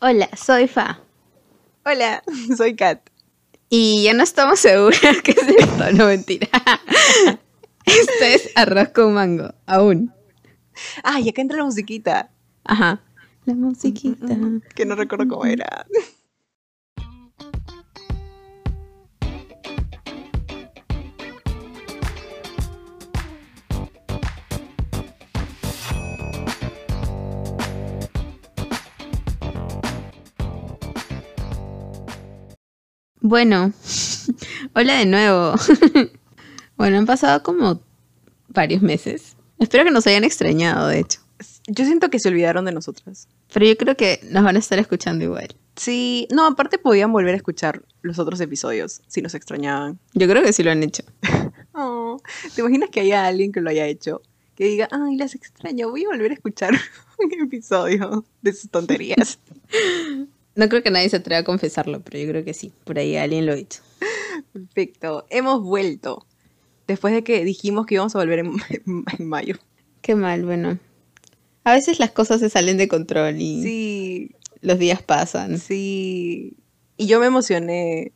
Hola, soy Fa. Hola, soy Kat. Y ya no estamos seguras qué es esto, no mentira. Esto es arroz con mango, aún. Ah, y acá entra la musiquita. Ajá. La musiquita. Que no recuerdo cómo era. Bueno, hola de nuevo. Bueno, han pasado como varios meses. Espero que nos hayan extrañado, de hecho. Yo siento que se olvidaron de nosotras. Pero yo creo que nos van a estar escuchando igual. Sí, no, aparte podían volver a escuchar los otros episodios si nos extrañaban. Yo creo que sí lo han hecho. Oh, ¿te imaginas que haya alguien que lo haya hecho? Que diga, ay, las extraño, voy a volver a escuchar un episodio de sus tonterías. No creo que nadie se atreva a confesarlo, pero yo creo que sí. Por ahí alguien lo ha hecho. Perfecto, hemos vuelto. Después de que dijimos que íbamos a volver en mayo. Qué mal, bueno. A veces las cosas se salen de control y Sí, los días pasan. sí. Y yo me emocioné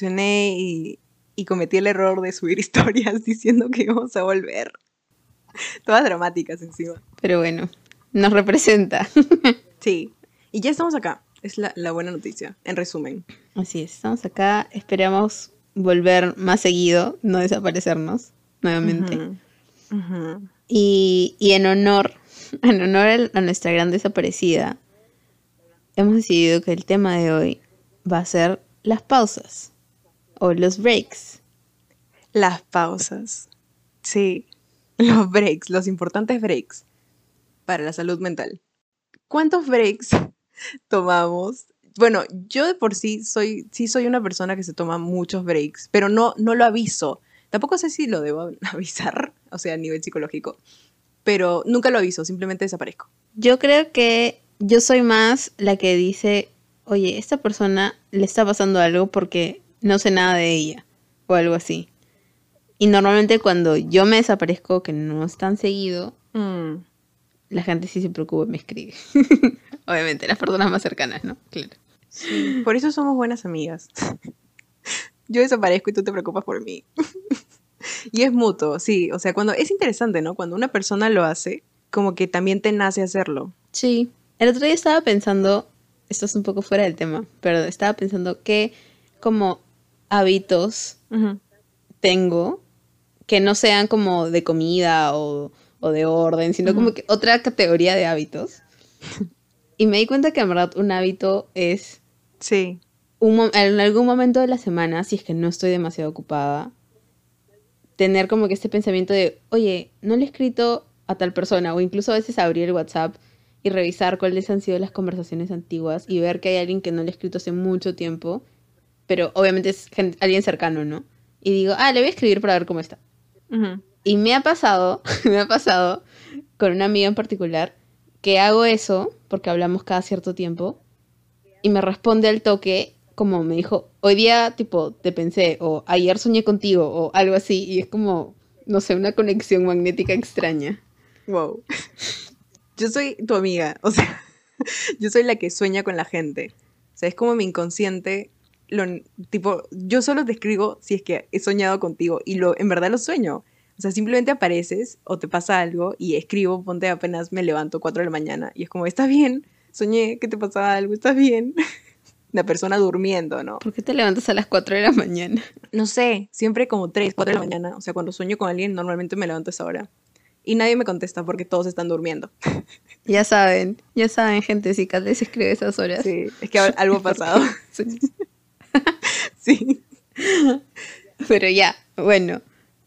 y cometí el error de subir historias diciendo que íbamos a volver. Todas dramáticas encima. Pero bueno, nos representa. Sí. Y ya estamos acá. Es la buena noticia, en resumen. Así es, estamos acá. Esperamos volver más seguido, no desaparecernos nuevamente. Ujú, ujú. Y en honor a nuestra gran desaparecida, hemos decidido que el tema de hoy va a ser las pausas o los breaks. Las pausas. Sí. Los breaks, los importantes breaks para la salud mental. ¿Cuántos breaks tomamos? Bueno, yo de por sí soy una persona que se toma muchos breaks, pero no lo aviso. Tampoco sé si lo debo avisar, o sea, a nivel psicológico, pero nunca lo aviso, simplemente desaparezco. Yo creo que yo soy más la que dice, oye, esta persona le está pasando algo porque no sé nada de ella o algo así. Y normalmente cuando yo me desaparezco, que no es tan seguido, Mm, la gente sí se preocupa y me escribe. Obviamente, las personas más cercanas, ¿no? Claro. sí, por eso somos buenas amigas. Yo desaparezco y tú te preocupas por mí. Y es mutuo, sí, o sea, cuando es interesante, ¿no? Cuando una persona lo hace, como que también te nace hacerlo. Sí. El otro día estaba pensando, esto es un poco fuera del tema, pero estaba pensando que como hábitos Ujú, tengo que no sean como de comida o de orden, sino como ujú. que otra categoría de hábitos. Y me di cuenta que en verdad un hábito es Sí. en algún momento de la semana, si es que no estoy demasiado ocupada, tener como que este pensamiento de, oye, no le he escrito a tal persona, o incluso a veces abrir el WhatsApp y revisar cuáles han sido las conversaciones antiguas y ver que hay alguien que no le he escrito hace mucho tiempo, pero obviamente es alguien cercano, ¿no? Y digo, le voy a escribir para ver cómo está. Ujú. Y me ha pasado, me ha pasado con una amiga en particular que hago eso porque hablamos cada cierto tiempo y me responde al toque como me dijo, hoy día tipo te pensé o ayer soñé contigo o algo así y es como, no sé, una conexión magnética extraña. Wow. Yo soy tu amiga, o sea, yo soy la que sueña con la gente. O sea, es como mi inconsciente, lo, tipo, yo solo te escribo si es que he soñado contigo y en verdad lo sueño. O sea, simplemente apareces o te pasa algo y escribo, ponte apenas me levanto 4 de la mañana y es como, ¿estás bien? Soñé que te pasaba algo, ¿estás bien? La persona durmiendo, ¿no? ¿Por qué te levantas a las 4 de la mañana? No sé, siempre como 3 4 de la mañana. O sea, cuando sueño con alguien, normalmente me levanto a esa hora. Y nadie me contesta porque todos están durmiendo. Ya saben, gente, si Kat les escribe esas horas. Sí, es que algo ha pasado. Sí. Sí. Pero ya, bueno,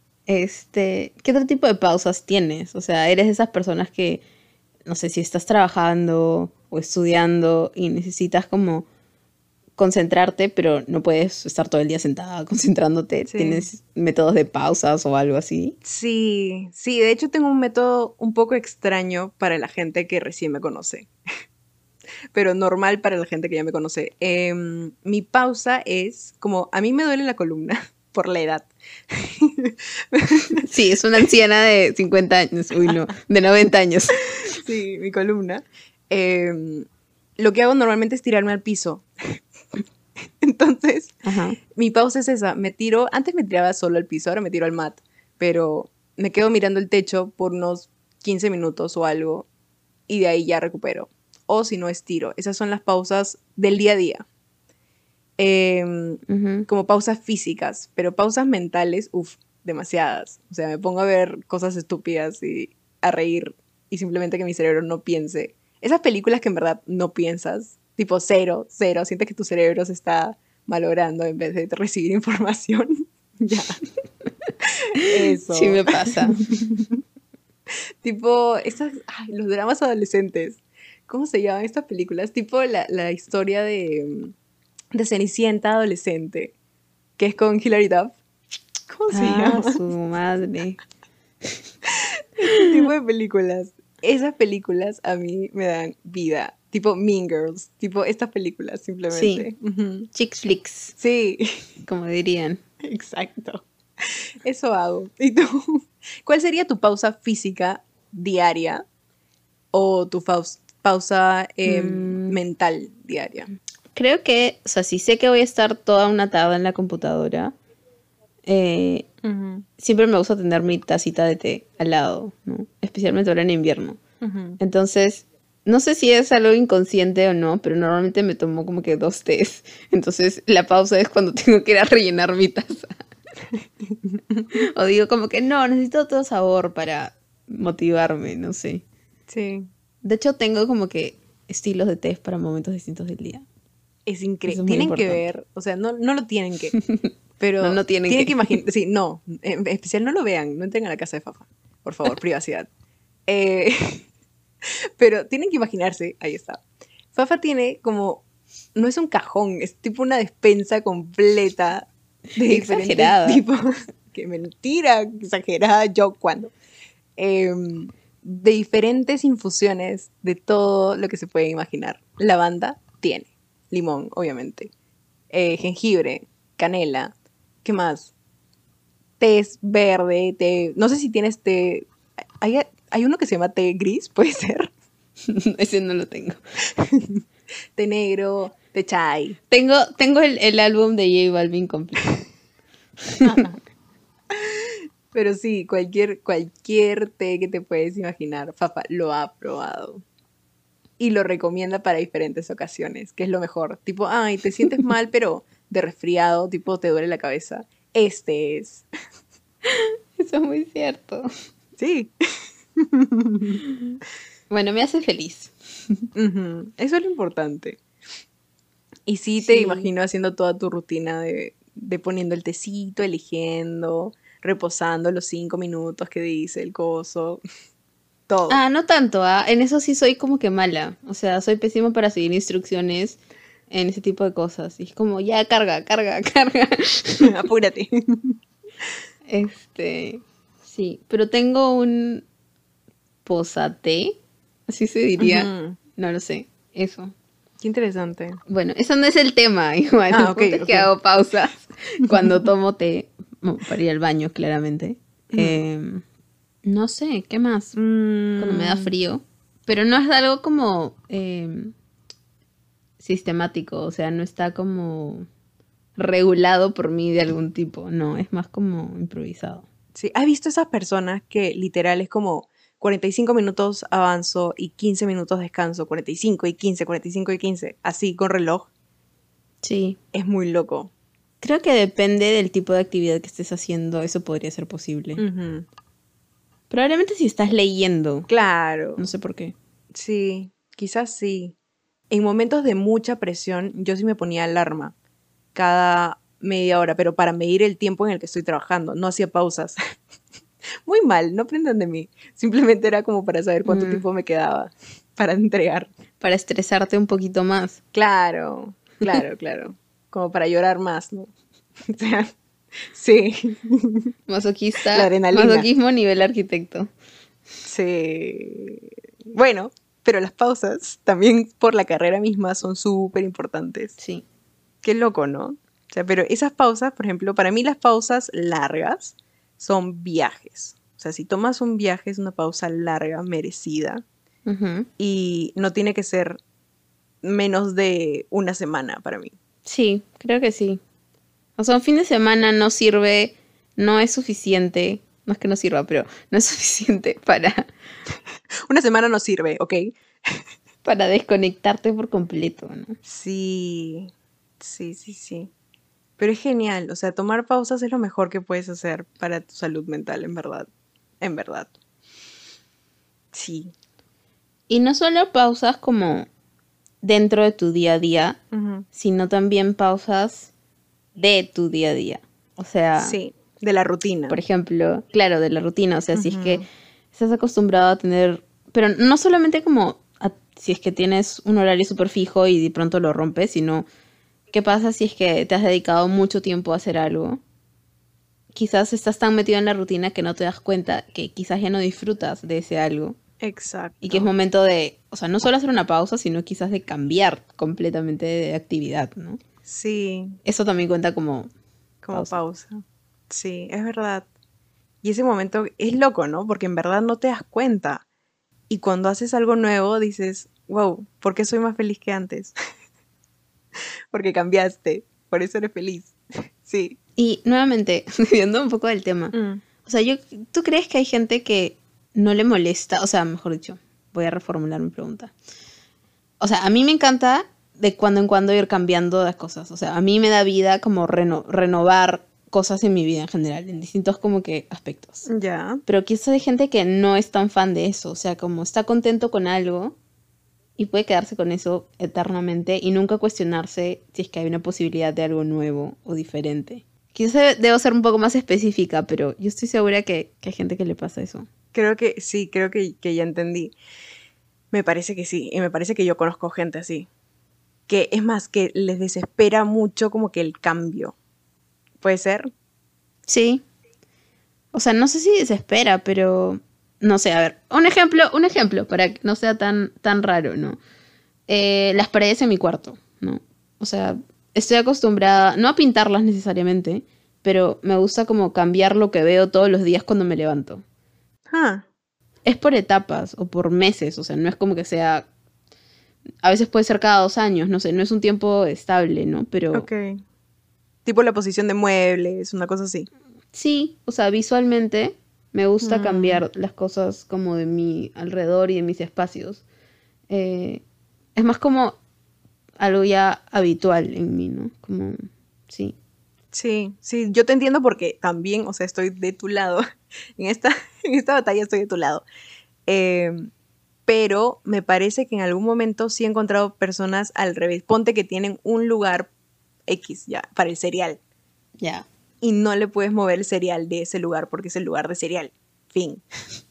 ¿qué otro tipo de pausas tienes? O sea, eres de esas personas que, no sé, si estás trabajando o estudiando y necesitas como concentrarte, pero no puedes estar todo el día sentada concentrándote. Sí. ¿Tienes métodos de pausas o algo así? Sí, sí, de hecho tengo un método un poco extraño para la gente que recién me conoce, pero normal para la gente que ya me conoce. Mi pausa es como, a mí me duele la columna por la edad. Sí, es una anciana de 50 años, uy no, de 90 años. Sí, mi columna. Em, lo que hago normalmente es tirarme al piso. Entonces, Ajá. mi pausa es esa. Me tiro, antes me tiraba solo al piso, ahora me tiro al mat. Pero me quedo mirando el techo por unos 15 minutos o algo y de ahí ya recupero. O si no, estiro. Esas son las pausas del día a día. Ujú. Como pausas físicas, pero pausas mentales, uff, demasiadas. O sea, me pongo a ver cosas estúpidas y a reír y simplemente que mi cerebro no piense. Esas películas que en verdad no piensas, tipo cero, cero, sientes que tu cerebro se está malogrando en vez de recibir información. Ya, Sí eso. me pasa. Tipo, los dramas adolescentes. ¿Cómo se llaman estas películas? Tipo la historia de Cenicienta adolescente, que es con Hilary Duff. ¿Cómo se Ah, llama? su madre. Este tipo de películas. Esas películas a mí me dan vida. Tipo Mean Girls. Tipo estas películas, Sí, simplemente. Ujú. chick flicks, Sí, como dirían. exacto. Eso hago. ¿Y tú? ¿Cuál sería tu pausa física diaria o tu pausa Mm, mental diaria? creo que, o sea, si sé que voy a estar toda una tarde en la computadora, eh, Ujú, siempre me gusta tener mi tacita de té al lado, ¿no? Especialmente ahora en invierno. ujú. Entonces, no sé si es algo inconsciente o no, pero normalmente me tomo como que 2 tés. Entonces, la pausa es cuando tengo que ir a rellenar mi taza. O digo como que no, necesito todo sabor para motivarme, no sé. Sí, De hecho, tengo como que estilos de tés para momentos distintos del día. es Eso increíble. es muy Tienen que importante. ver, o sea, no, no lo tienen que, No, pero no tienen tienen que que. imaginar, sí, no, en especial no lo vean, no entren a la casa de Fafa, por favor, privacidad. Eh, pero tienen que imaginarse, ahí está. Fafa tiene como, no es un cajón, es tipo una despensa completa de diferentes Exagerada. tipos. Qué mentira, exagerada, yo cuando. De diferentes infusiones de todo lo que se puede imaginar. Lavanda tiene, limón, obviamente, jengibre, canela, ¿qué más? Té verde, té, no sé si tienes té, hay uno que se llama té gris, puede ser, Ese no lo tengo. té negro, té chai. Tengo el álbum de J Balvin completo. Pero sí, cualquier té que te puedes imaginar, Fafa lo ha probado. Y lo recomienda para diferentes ocasiones, que es lo mejor. Tipo, ay, te sientes mal, pero de resfriado, tipo, te duele la cabeza. Este es. Eso es muy cierto. Sí. Bueno, me hace feliz. Ujú, eso es lo importante. Y sí te Sí. imagino haciendo toda tu rutina de poniendo el tecito, eligiendo, reposando los 5 minutos que dice el coso, todo. Ah, no tanto, ah. En eso sí soy como que mala. O sea, soy pésima para seguir instrucciones en ese tipo de cosas. Y es como, ya, carga, carga, carga. Apúrate. Este, sí, pero tengo un posate, así se diría. Ujú, No lo sé, eso. qué interesante. Bueno, eso no es el tema, igual. El Ah, ok, punto es ok. que hago pausas cuando tomo té, para ir al baño, claramente. Ujú. No sé, ¿qué más? Cuando me da Mm, frío. Pero no es algo como sistemático, o sea, no está como regulado por mí de algún tipo. No, es más como improvisado. sí, ¿has visto esas personas que literal es como 45 minutos avanzo y 15 minutos descanso, 45 y 15, 45 y 15, así con reloj? Sí. Es muy loco. Creo que depende del tipo de actividad que estés haciendo, eso podría ser posible. Ujú. Probablemente si estás leyendo, no Claro, sé por qué. sí, quizás sí. En momentos de mucha presión, yo sí me ponía alarma cada media hora, pero para medir el tiempo en el que estoy trabajando, no hacía pausas. Muy mal, no aprendan de mí. Simplemente era como para saber cuánto Mm, tiempo me quedaba para entregar. para estresarte un poquito más. Claro, claro, claro. Como para llorar más, ¿no? O sea, sí, la Masoquista, adrenalina. masoquismo nivel arquitecto. Sí. Bueno, pero las pausas también por la carrera misma son súper importantes. Sí. Qué loco, ¿no? O sea, pero esas pausas, por ejemplo, para mí las pausas largas son viajes. O sea, si tomas un viaje es una pausa larga, merecida. Ujú. Y no tiene que ser menos de una semana para mí. Sí, creo que sí. O sea, un fin de semana no sirve, no es suficiente, no es que no sirva, pero no es suficiente Una semana no sirve, ¿ok? para desconectarte por completo, ¿no? Sí, sí, sí, sí. Pero es genial, o sea, tomar pausas es lo mejor que puedes hacer para tu salud mental, en verdad. En verdad. Sí. Y no solo pausas como dentro de tu día a día, Ujú. sino también pausas de tu día a día. O sea, Sí, de la rutina. por ejemplo, claro, de la rutina. O sea, si es que Ujú. estás acostumbrado a tener, pero no solamente como si es que tienes un horario súper fijo y de pronto lo rompes, sino qué pasa si es que te has dedicado mucho tiempo a hacer algo. Quizás estás tan metido en la rutina que no te das cuenta que quizás ya no disfrutas de ese algo. Y que es Exacto. momento de, o sea, no solo hacer una pausa, sino quizás de cambiar completamente de actividad, ¿no? Sí, Eso también cuenta como como pausa. pausa. Sí, es verdad. Y ese momento es loco, ¿no? Porque en verdad no te das cuenta. Y cuando haces algo nuevo dices, wow, ¿por qué soy más feliz que antes? Porque cambiaste, por eso eres feliz. Sí. Y nuevamente, viendo un poco del tema, Mm. o sea, ¿tú crees que hay gente que no le molesta? O sea, mejor dicho, voy a reformular mi pregunta. O sea, a mí me encanta de cuando en cuando ir cambiando las cosas. O sea, a mí me da vida como renovar cosas en mi vida en general, en distintos como que aspectos. Ya. Pero quizás hay gente que no es tan fan de eso. O sea, como está contento con algo y puede quedarse con eso eternamente y nunca cuestionarse si es que hay una posibilidad de algo nuevo o diferente. Quizás debo ser un poco más específica, pero yo estoy segura que hay gente que le pasa eso. Creo que sí, creo que ya entendí. Me parece que sí, y me parece que yo conozco gente así. Que es más, que les desespera mucho como que el cambio. ¿Puede ser? Sí. O sea, no sé si desespera, pero no sé, a ver, un ejemplo para que no sea tan raro, ¿no? Las paredes en mi cuarto, ¿no? O sea, estoy acostumbrada, no a pintarlas necesariamente, pero me gusta como cambiar lo que veo todos los días cuando me levanto. Ah, Es por etapas o por meses, o sea, no es como que sea, a veces puede ser cada 2 años, no sé, no es un tiempo estable, ¿no? Pero ok. Tipo la posición de muebles, una cosa así. sí, o sea, visualmente me gusta Mm, cambiar las cosas como de mi alrededor y de mis espacios. Eh, es más como algo ya habitual en mí, ¿no? Como, sí. sí, sí, yo te entiendo porque también, o sea, estoy de tu lado. En esta, en esta batalla estoy de tu lado. Em, pero me parece que en algún momento sí he encontrado personas al revés. Ponte que tienen un lugar X ya para el cereal Ya. y no le puedes mover el cereal de ese lugar porque es el lugar de cereal. Fin.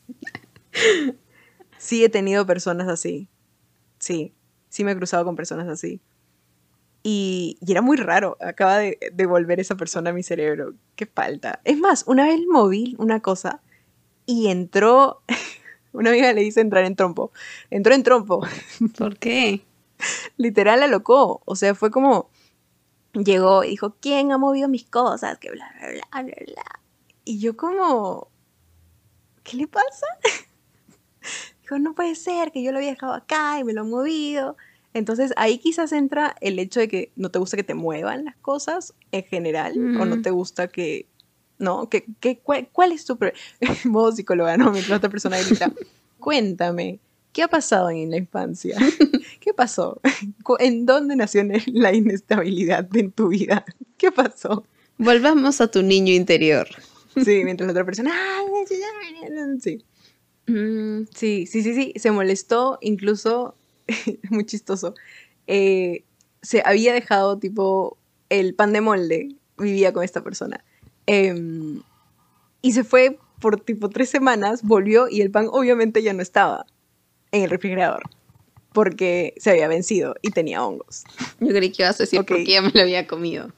Sí he tenido personas así. Sí, sí me he cruzado con personas así. Y era muy raro. Acaba de volver esa persona a mi cerebro. Qué falta. Es más, una vez moví una cosa y entró. Una amiga le dice entrar en trompo. Entró en trompo. ¿Por qué? Literal alocó. O sea, fue como. Llegó y dijo, ¿quién ha movido mis cosas? Que bla, bla, bla, bla, bla. Y yo como, ¿qué le pasa? Dijo, no puede ser, que yo lo había dejado acá y me lo han movido. Entonces ahí quizás entra el hecho de que no te gusta que te muevan las cosas en general, o no Mm, te gusta que, ¿no? ¿Cuál es tu modo psicóloga, ¿no? Mientras otra persona grita, cuéntame, ¿qué ha pasado en la infancia? ¿Qué pasó? ¿En dónde nació la inestabilidad en tu vida? ¿Qué pasó? volvamos a tu niño interior. Sí, mientras la otra persona, "Ah, sí. Mm, Sí, sí, sí, sí, se molestó, incluso, muy chistoso, eh, se había dejado tipo el pan de molde, vivía con esta persona, em, y se fue por tipo 3 semanas, volvió y el pan obviamente ya no estaba en el refrigerador, porque se había vencido y tenía hongos, yo creí que ibas a decir ok, porque ya me lo había comido.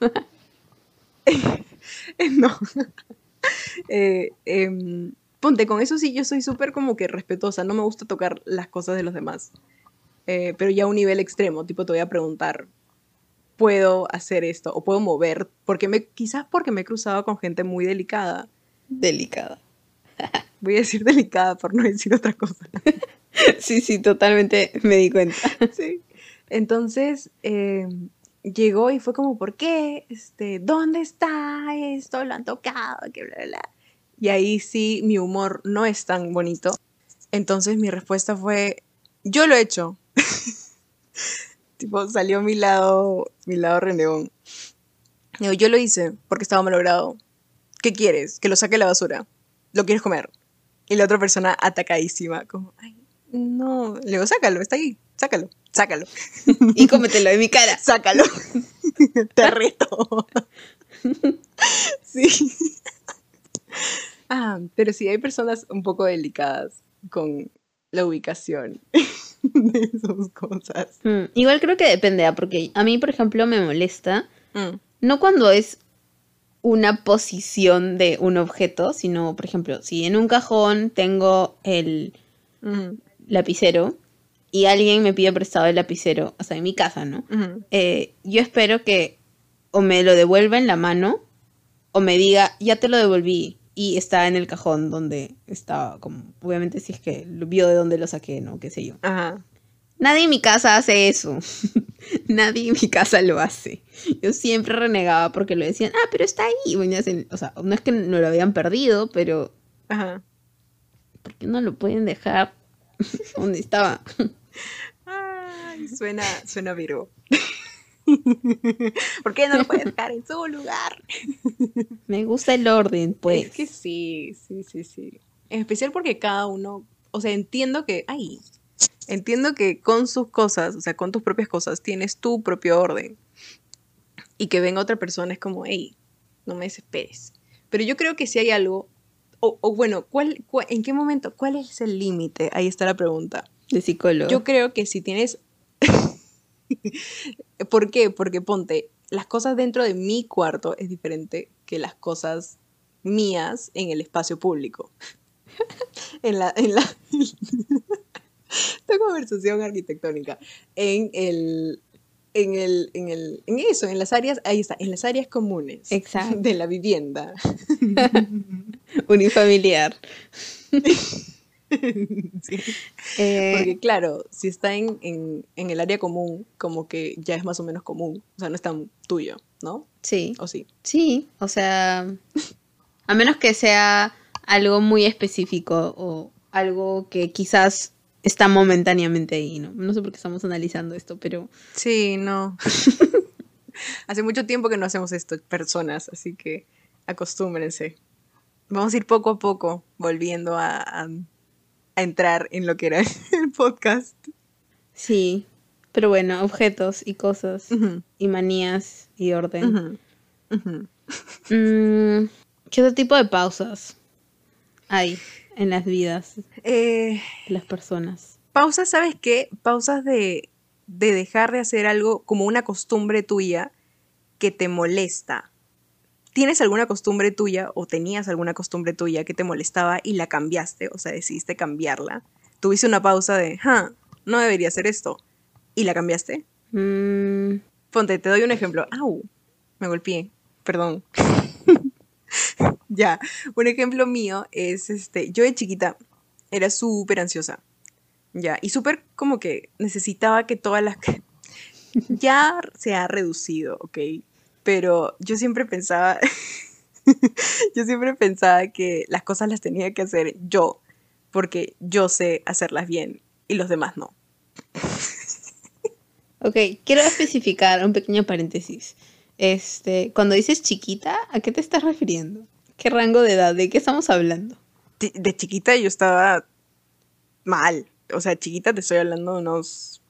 no, ponte, con eso sí yo soy súper como que respetuosa, no me gusta tocar las cosas de los demás. Pero ya a un nivel extremo, tipo te voy a preguntar, ¿puedo hacer esto? ¿O puedo mover? Quizás porque me he cruzado con gente muy delicada. Delicada. Voy a decir delicada por no decir otra cosa. Sí, sí, totalmente me di cuenta. Sí. Entonces, llegó y fue como, ¿por qué? ¿Dónde está esto? Lo han tocado, que bla, bla, bla. Y ahí sí, mi humor no es tan bonito. Entonces mi respuesta fue, yo lo he hecho. Tipo, salió mi lado renegón. Digo, yo lo hice porque estaba malogrado. ¿Qué quieres? Que lo saque de la basura. ¿Lo quieres comer? Y la otra persona atacadísima, como, ay, no. Le digo, sácalo, está ahí, sácalo, sácalo. Y cómetelo en mi cara. Sácalo. Te reto. Sí. Pero sí, hay personas un poco delicadas con la ubicación de esas cosas. Igual creo que depende, porque a mí, por ejemplo, me molesta, Mm, no cuando es una posición de un objeto, sino, por ejemplo, si en un cajón tengo el ujú, lapicero y alguien me pide prestado el lapicero, o sea, en mi casa, ¿no? ujú. Yo espero que o me lo devuelva en la mano o me diga, ya te lo devolví y está en el cajón donde estaba, como, obviamente si es que lo vio de dónde lo saqué, ¿no? Qué sé yo. Ajá. Nadie en mi casa hace eso. Nadie en mi casa lo hace. Yo siempre renegaba porque lo decían, pero está ahí. Bueno, o sea, no es que no lo habían perdido, pero Ajá. ¿por qué no lo pueden dejar donde estaba? Ay, suena Virgo. ¿Por qué no lo puedes dejar en su lugar? Me gusta el orden, Es que pues. sí, sí, sí, sí. En especial porque cada uno, o sea, entiendo que con sus cosas, o sea, con tus propias cosas, tienes tu propio orden. Y que venga otra persona es como, hey, no me desesperes. Pero yo creo que si hay algo, o bueno, ¿en qué momento? ¿Cuál es el límite? Ahí está la pregunta. De psicólogo. Yo creo que si tienes... ¿Por qué? Porque ponte, las cosas dentro de mi cuarto es diferente que las cosas mías en el espacio público. En la esta conversación arquitectónica. En las áreas, ahí está, en las áreas comunes de Exacto. la vivienda. Unifamiliar. Sí. Eh, Porque claro, si está en el área común, como que ya es más o menos común, o sea, no es tan tuyo, ¿no? sí. ¿O sí? Sí, o sea, a menos que sea algo muy específico o algo que quizás está momentáneamente ahí, ¿no? No sé por qué estamos analizando esto, pero Sí, no. Hace mucho tiempo que no hacemos esto, personas, así que acostúmbrense. Vamos a ir poco a poco volviendo a entrar en lo que era el podcast. sí. Pero bueno, objetos y cosas Ujú, y manías y orden. ujú, ujú. Mm, ¿Qué otro tipo de pausas hay en las vidas de Eh, las personas? Pausas, ¿sabes qué? Pausas de dejar de hacer algo como una costumbre tuya que te molesta. ¿Tienes alguna costumbre tuya o tenías alguna costumbre tuya que te molestaba y la cambiaste? O sea, decidiste cambiarla. Tuviste una pausa de, no debería hacer esto. ¿Y la cambiaste? Mm, Ponte, te doy un ejemplo. ¡Au! Me golpeé. Perdón. Ya. Un ejemplo mío es, yo de chiquita era súper ansiosa. Ya. Y súper como que necesitaba que todas las... Ya se ha reducido, ¿ok? Pero yo siempre pensaba, yo siempre pensaba que las cosas las tenía que hacer yo, porque yo sé hacerlas bien y los demás no. ok, quiero especificar un pequeño paréntesis. Cuando dices chiquita, ¿a qué te estás refiriendo? ¿Qué rango de edad? ¿De qué estamos hablando? De chiquita yo estaba mal. O sea, chiquita te estoy hablando de unos...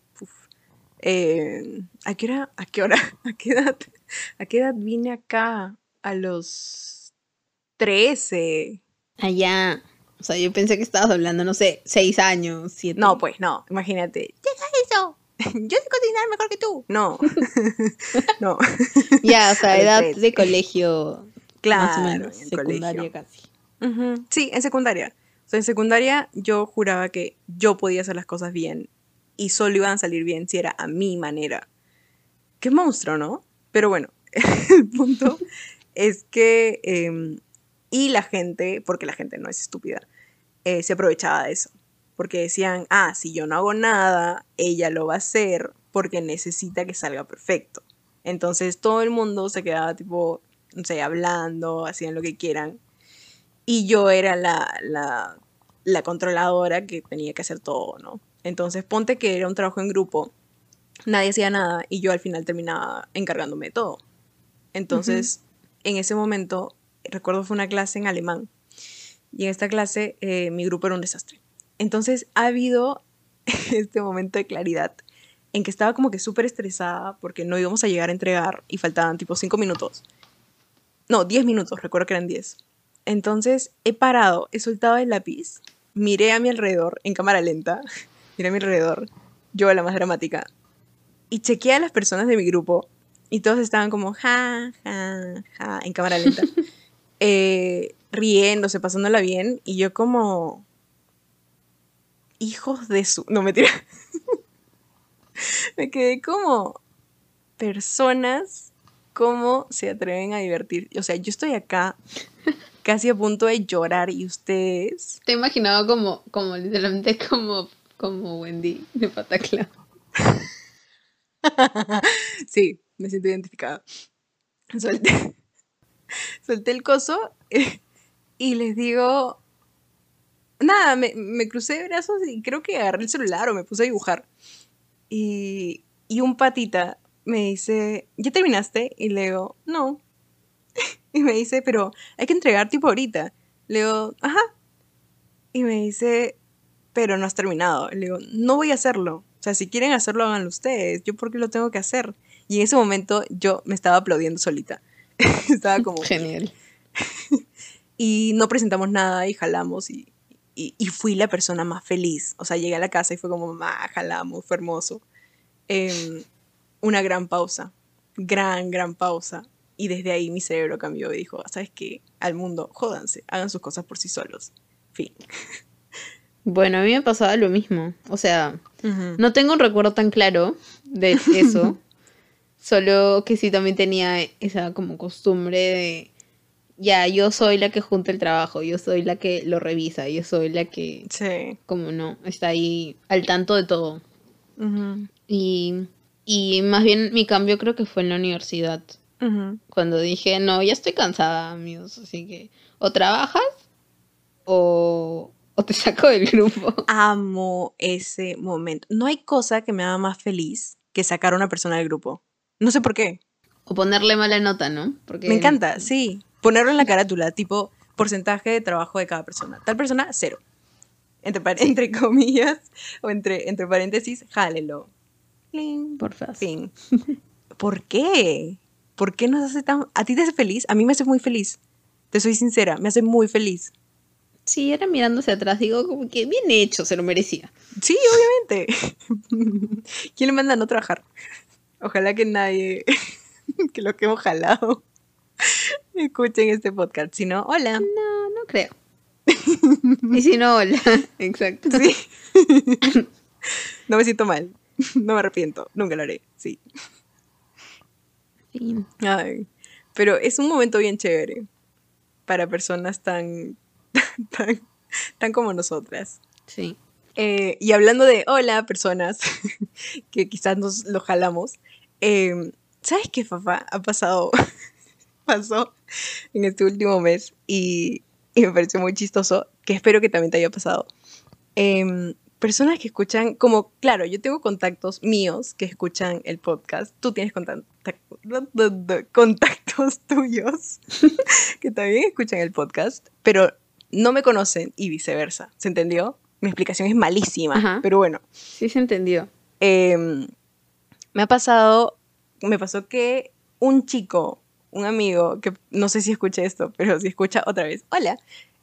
¿A qué hora? ¿A qué hora? ¿A qué edad? ¿A qué edad vine acá? A los 13. Allá. O sea, yo pensé que estabas hablando, no sé, 6 años, No, 7. pues no, imagínate. ¿Qué es eso? Yo sé cocinar mejor que tú. No, no, Ya, o a sea, los edad 13. de colegio, más o Claro, menos, en el colegio. secundaria casi. Ujú, sí, en secundaria. O sea, en secundaria yo juraba que yo podía hacer las cosas bien y solo iban a salir bien si era a mi manera. Qué monstruo, ¿no? Pero bueno, el punto es que... y la gente, porque la gente no es estúpida, se aprovechaba de eso. Porque decían, si yo no hago nada, ella lo va a hacer porque necesita que salga perfecto. Entonces todo el mundo se quedaba tipo, no sé, hablando, hacían lo que quieran. Y yo era la controladora que tenía que hacer todo, ¿no? Entonces ponte que era un trabajo en grupo, nadie hacía nada y yo al final terminaba encargándome de todo. Entonces, en ese momento, recuerdo fue una clase en alemán. Y en esta clase mi grupo era un desastre. Entonces ha habido este momento de claridad en que estaba como que súper estresada porque no íbamos a llegar a entregar y faltaban tipo 5 minutos. No, 10 minutos, recuerdo que eran 10. Entonces he parado, he soltado el lápiz, miré a mi alrededor en cámara lenta, miré a mi alrededor, yo la más dramática, y chequeé a las personas de mi grupo y todos estaban como ja, ja, ja, en cámara lenta, riéndose, pasándola bien, y yo como, hijos de su... No, mentira. Me quedé como, personas, ¿cómo se atreven a divertir? O sea, yo estoy acá casi a punto de llorar y ustedes... Te he imaginado como literalmente como Wendy de Pataclown. Sí, me siento identificada. Solté, solté el coso y les digo... Nada, me crucé de brazos y creo que agarré el celular o me puse a dibujar. Y un patita me dice, ¿ya terminaste? Y le digo, no. Y me dice, pero hay que entregar tipo ahorita. Le digo, ajá. Y me dice, pero no has terminado. Le digo, no voy a hacerlo. O sea, si quieren hacerlo, háganlo ustedes. ¿Yo por qué lo tengo que hacer? Y en ese momento yo me estaba aplaudiendo solita. Estaba como... Genial. Y no presentamos nada y jalamos y fui la persona más feliz. O sea, llegué a la casa y fue como, mamá, jalamos, fue hermoso. Una gran pausa. Gran pausa. Y desde ahí mi cerebro cambió y dijo, ¿sabes qué? Al mundo, jódanse, hagan sus cosas por sí solos. Fin. Bueno, a mí me pasaba lo mismo. O sea, Ujú. no tengo un recuerdo tan claro de eso. Solo que sí también tenía esa como costumbre de, ya, yo soy la que junta el trabajo, yo soy la que lo revisa, yo soy la que, Sí. como no, está ahí al tanto de todo. Ujú, Y, y más bien mi cambio creo que fue en la universidad. ujú. Cuando dije, no, ya estoy cansada, amigos, así que o trabajas o te saco del grupo. Amo ese momento. No hay cosa que me haga más feliz que sacar a una persona del grupo. No sé por qué. O ponerle mala nota, ¿no? Me Porque encanta, sí. Ponerlo en la carátula, tipo porcentaje de trabajo de cada persona. Tal persona, cero. sí, Entre comillas o entre paréntesis, jálelo. Pling, por favor. ping. ¿Por qué? ¿Por qué nos hace tan... ¿A ti te hace feliz? A mí me hace muy feliz. Te soy sincera, me hace muy feliz. Sí, ahora mirando hacia atrás digo como que bien hecho, se lo merecía. Sí, obviamente. ¿Quién le manda a no trabajar? Ojalá que nadie, que los que hemos jalado, escuchen este podcast. Si no, hola. No, no creo. Y si no, hola. Exacto. Sí. No me siento mal. No me arrepiento. Nunca lo haré. Sí. Sí. Ay. Pero es un momento bien chévere para personas tan, tan como nosotras. Sí. Y hablando de hola, personas que quizás nos lo jalamos. ¿Sabes qué, Fafa? Pasó en este último mes y me pareció muy chistoso, que espero que también te haya pasado. Personas que escuchan, como, claro, yo tengo contactos míos que escuchan el podcast, tú tienes contactos tuyos que también escuchan el podcast, pero no me conocen y viceversa, ¿se entendió? Mi explicación es malísima, Ajá. pero bueno. Sí se entendió. Me pasó que un chico, un amigo, que no sé si escucha esto, pero si escucha otra vez, hola,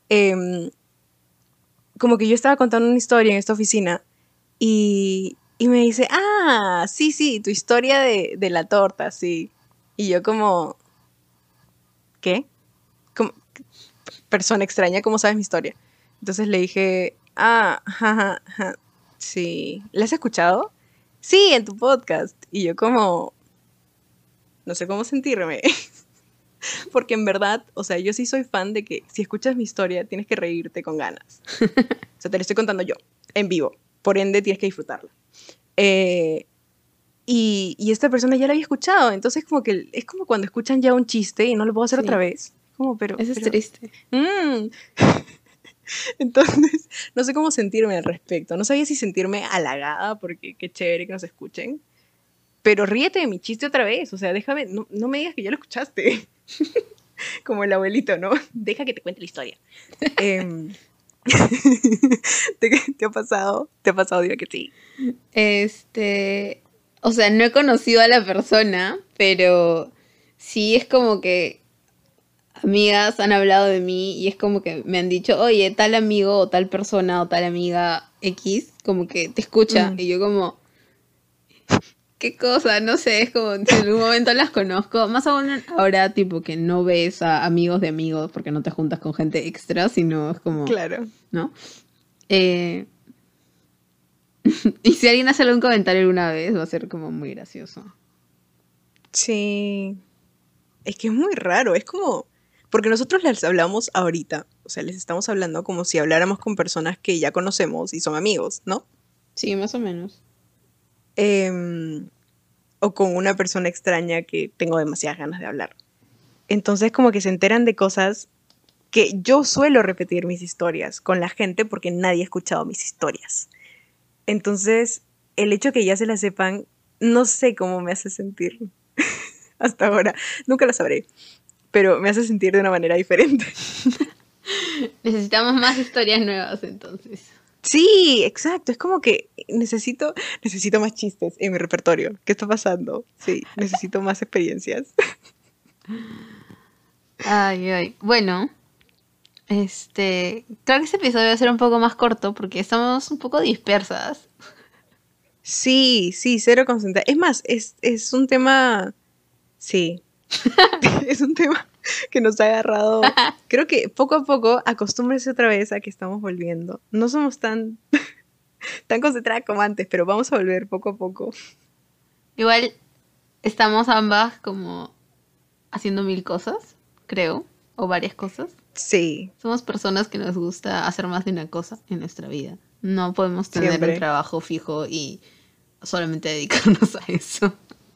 como que yo estaba contando una historia en esta oficina y me dice, ah, sí, tu historia de la torta, sí. Y yo como, ¿qué? Como, persona extraña, ¿cómo sabes mi historia? Entonces le dije, ah, jajaja, sí. ¿La has escuchado? Sí, en tu podcast. Y yo como, no sé cómo sentirme. Porque en verdad, o sea, yo sí soy fan de que si escuchas mi historia tienes que reírte con ganas. O sea, te la estoy contando yo, en vivo. Por ende, tienes que disfrutarla. y esta persona ya la había escuchado, entonces como que es como cuando escuchan ya un chiste y no lo puedo hacer Sí. otra vez. Como, pero... Eso es pero- triste. Mm. Entonces, no sé cómo sentirme al respecto. No sabía si sentirme halagada porque qué chévere que nos escuchen. Pero ríete de mi chiste otra vez. O sea, déjame, no me digas que ya lo escuchaste. Como el abuelito, ¿no? Deja que te cuente la historia. Em, ¿Te ha pasado? ¿Te ha pasado? Digo que sí. O sea, no he conocido a la persona, pero sí es como que amigas han hablado de mí y es como que me han dicho, oye, tal amigo o tal persona o tal amiga X, como que te escucha. Mm, Y yo como, qué cosa, no sé, es como si en algún momento las conozco. Más aún ahora, tipo, que no ves a amigos de amigos porque no te juntas con gente extra, sino es como, claro. ¿no? Eh, y si alguien hace algún comentario alguna vez, va a ser como muy gracioso. Sí. Es que es muy raro. Es como... Porque nosotros les hablamos ahorita. O sea, les estamos hablando como si habláramos con personas que ya conocemos y son amigos, ¿no? Sí, más o menos. Em, o con una persona extraña que tengo demasiadas ganas de hablar. Entonces como que se enteran de cosas que yo suelo repetir mis historias con la gente porque nadie ha escuchado mis historias. Entonces, el hecho que ya se las sepan, no sé cómo me hace sentir hasta ahora. Nunca lo sabré, pero me hace sentir de una manera diferente. Necesitamos más historias nuevas entonces. Sí, exacto. Es como que necesito más chistes en mi repertorio. ¿Qué está pasando? Sí, necesito más experiencias. Ay, ay. Bueno, creo que este episodio va a ser un poco más corto porque estamos un poco dispersas. Sí, sí, cero concentrada. Es más, es un tema, sí, es un tema que nos ha agarrado. Creo que poco a poco acostúmbrese otra vez a que estamos volviendo. No somos tan concentradas como antes, pero vamos a volver poco a poco. Igual estamos ambas como haciendo mil cosas, creo, o varias cosas. Sí, Somos personas que nos gusta hacer más de una cosa en nuestra vida. No podemos tener un siempre. trabajo fijo y solamente dedicarnos a eso.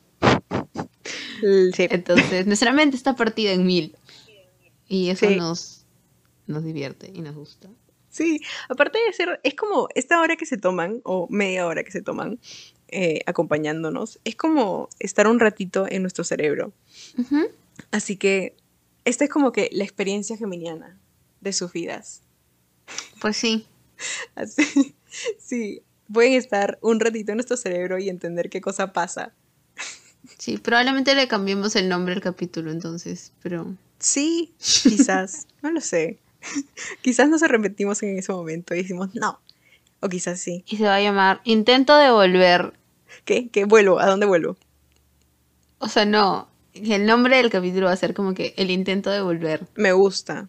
Sí, Entonces, nuestra mente está partida en mil. Y eso sí, nos divierte y nos gusta. sí. Aparte de ser, es como esta hora que se toman, o media hora que se toman, acompañándonos, es como estar un ratito en nuestro cerebro. Ujú. Así que esta es como que la experiencia geminiana de sus vidas. Pues sí. Así, sí, pueden estar un ratito en nuestro cerebro y entender qué cosa pasa. Sí, probablemente le cambiemos el nombre al capítulo entonces, pero... Sí, quizás, no lo sé. Quizás nos arrepentimos en ese momento y decimos no. O quizás sí. Y se va a llamar Intento de Volver. ¿Qué? ¿Qué vuelvo? ¿A dónde vuelvo? O sea, no. El nombre del capítulo va a ser como que El Intento de Volver. Me gusta.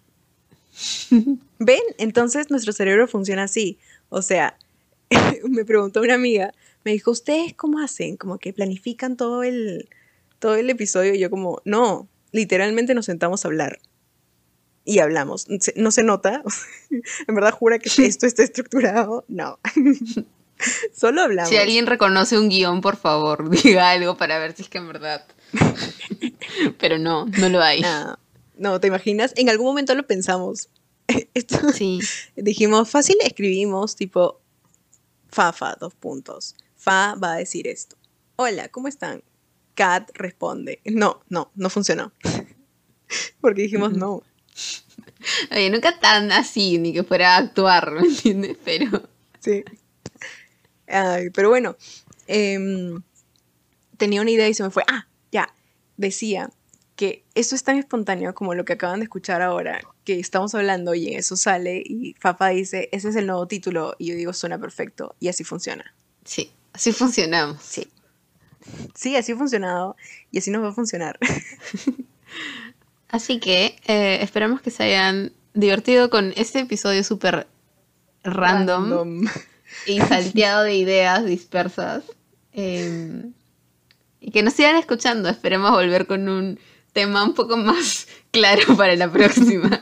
¿Ven? Entonces nuestro cerebro funciona así. O sea, me preguntó una amiga, me dijo, ¿ustedes cómo hacen? Como que planifican todo el episodio y yo como, no, literalmente nos sentamos a hablar. Y hablamos. No se nota. En verdad jura que esto está estructurado. No. Solo Si hablamos. alguien reconoce un guión, por favor, diga algo para ver si es que en verdad. Pero no, no lo hay. No, no, ¿te imaginas? En algún momento lo pensamos. Esto, Sí. dijimos, fácil escribimos tipo, Fafa, dos puntos. Fa va a decir esto. Hola, ¿cómo están? Kat responde. No funcionó. Porque dijimos no. Oye, nunca tan así, ni que fuera a actuar, ¿me entiendes? Pero... Sí. Ay, pero bueno, em, tenía una idea y se me fue. Ah, ya. Decía que eso es tan espontáneo como lo que acaban de escuchar ahora, que estamos hablando y en eso sale y Fafa dice, ese es el nuevo título y yo digo, suena perfecto y así funciona. Sí, así funcionamos. Sí. Sí, así ha funcionado y así nos va a funcionar. Así que esperamos que se hayan divertido con este episodio súper random Random. y salteado de ideas dispersas. Y que nos sigan escuchando. Esperemos volver con un tema un poco más claro para la próxima.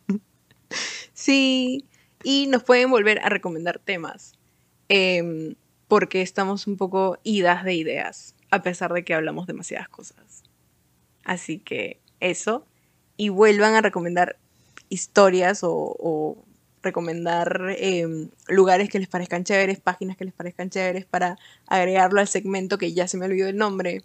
Sí, y nos pueden volver a recomendar temas, porque estamos un poco idas de ideas. a pesar de que hablamos demasiadas cosas. Así que eso. Y vuelvan a recomendar historias o recomendar lugares que les parezcan chéveres, páginas que les parezcan chéveres para agregarlo al segmento que ya se me olvidó el nombre.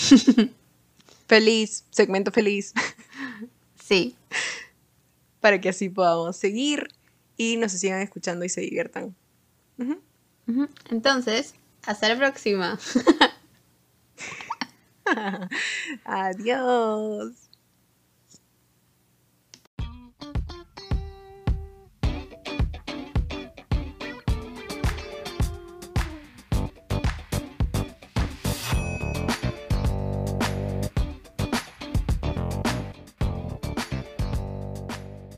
Feliz, segmento feliz. Sí. Para que así podamos seguir y nos sigan escuchando y se diviertan. Entonces, hasta la próxima. Adiós.